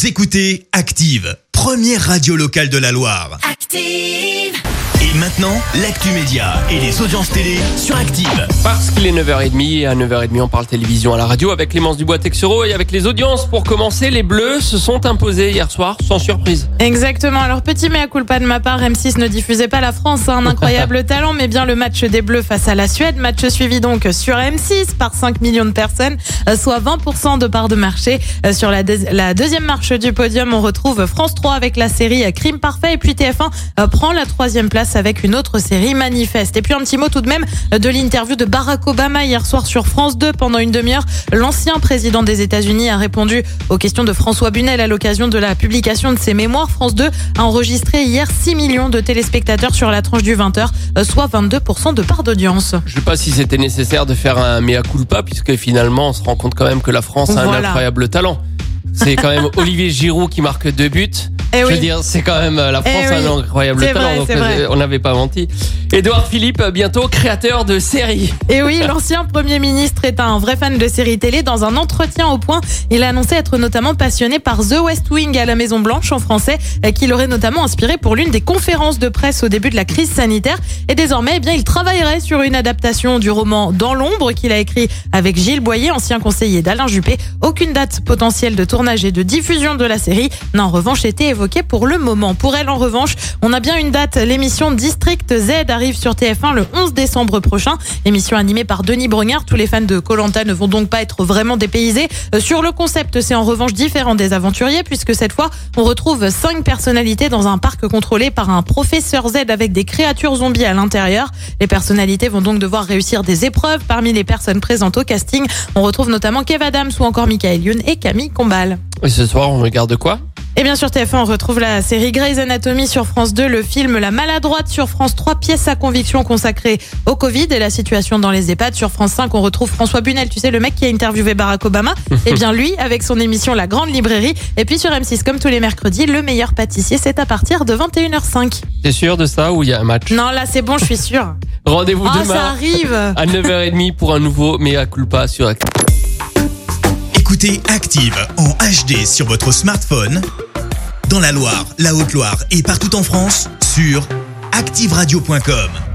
Vous écoutez Active, première radio locale de la Loire. Active! Et maintenant, l'actu média et les audiences télé sur Active. Parce qu'il est 9h30 et à 9h30 on parle télévision à la radio avec Clémence Dubois-Texero et avec les audiences. Pour commencer, les Bleus se sont imposés hier soir sans surprise. Exactement, alors petit mea culpa de ma part, M6 ne diffusait pas la France, un incroyable talent, mais bien le match des Bleus face à la Suède. Match suivi donc sur M6 par 5 millions de personnes, soit 20% de part de marché. Sur la deuxième marche du podium, on retrouve France 3 avec la série Crime Parfait et puis TF1 prend la troisième place avec une autre série, Manifeste. Et puis un petit mot tout de même de l'interview de Barack Obama hier soir sur France 2 pendant une demi-heure. L'ancien président des États-Unis a répondu aux questions de François Bunel à l'occasion de la publication de ses mémoires. France 2 a enregistré hier 6 millions de téléspectateurs sur la tranche du 20h, soit 22% de part d'audience. Je sais pas si c'était nécessaire de faire un mea culpa puisque finalement on se rend compte quand même que la France a un incroyable talent. C'est quand même Olivier Giroud qui marque 2 buts. Je veux dire, c'est quand même la France a un incroyable talent, donc on n'avait pas menti. Édouard Philippe, bientôt créateur de séries. Et oui, l'ancien Premier ministre est un vrai fan de séries télé. Dans un entretien au Point, il a annoncé être notamment passionné par The West Wing à la Maison Blanche en français, qui l'aurait notamment inspiré pour l'une des conférences de presse au début de la crise sanitaire. Et désormais, il travaillerait sur une adaptation du roman Dans l'ombre qu'il a écrit avec Gilles Boyer, ancien conseiller d'Alain Juppé. Aucune date potentielle de tournage et de diffusion de la série n'a en revanche été évoquée pour le moment. Pour elle, en revanche, on a bien une date. L'émission District Z arrive sur TF1 le 11 décembre prochain. Émission animée par Denis Brognard. Tous les fans de Koh-Lanta ne vont donc pas être vraiment dépaysés. Sur le concept, c'est en revanche différent des aventuriers puisque cette fois, on retrouve 5 personnalités dans un parc contrôlé par un professeur Z avec des créatures zombies à l'intérieur. Les personnalités vont donc devoir réussir des épreuves. Parmi les personnes présentes au casting, on retrouve notamment Kev Adams ou encore Michael Youn et Camille Combal. Et ce soir, on regarde quoi ? Et bien sur TF1, on retrouve la série Grey's Anatomy sur France 2, le film La Maladroite sur France 3, pièce à conviction consacrée au Covid et la situation dans les EHPAD. Sur France 5, on retrouve François Bunel, tu sais, le mec qui a interviewé Barack Obama. Et bien lui, avec son émission La Grande Librairie. Et puis sur M6, comme tous les mercredis, Le Meilleur Pâtissier, c'est à partir de 21h05. T'es sûr de ça ou il y a un match ? Non, là c'est bon, je suis sûre. Rendez-vous demain ça arrive à 9h30 pour un nouveau Mea Culpa sur Active. Écoutez Active en HD sur votre smartphone, dans la Loire, la Haute-Loire et partout en France, sur activeradio.com.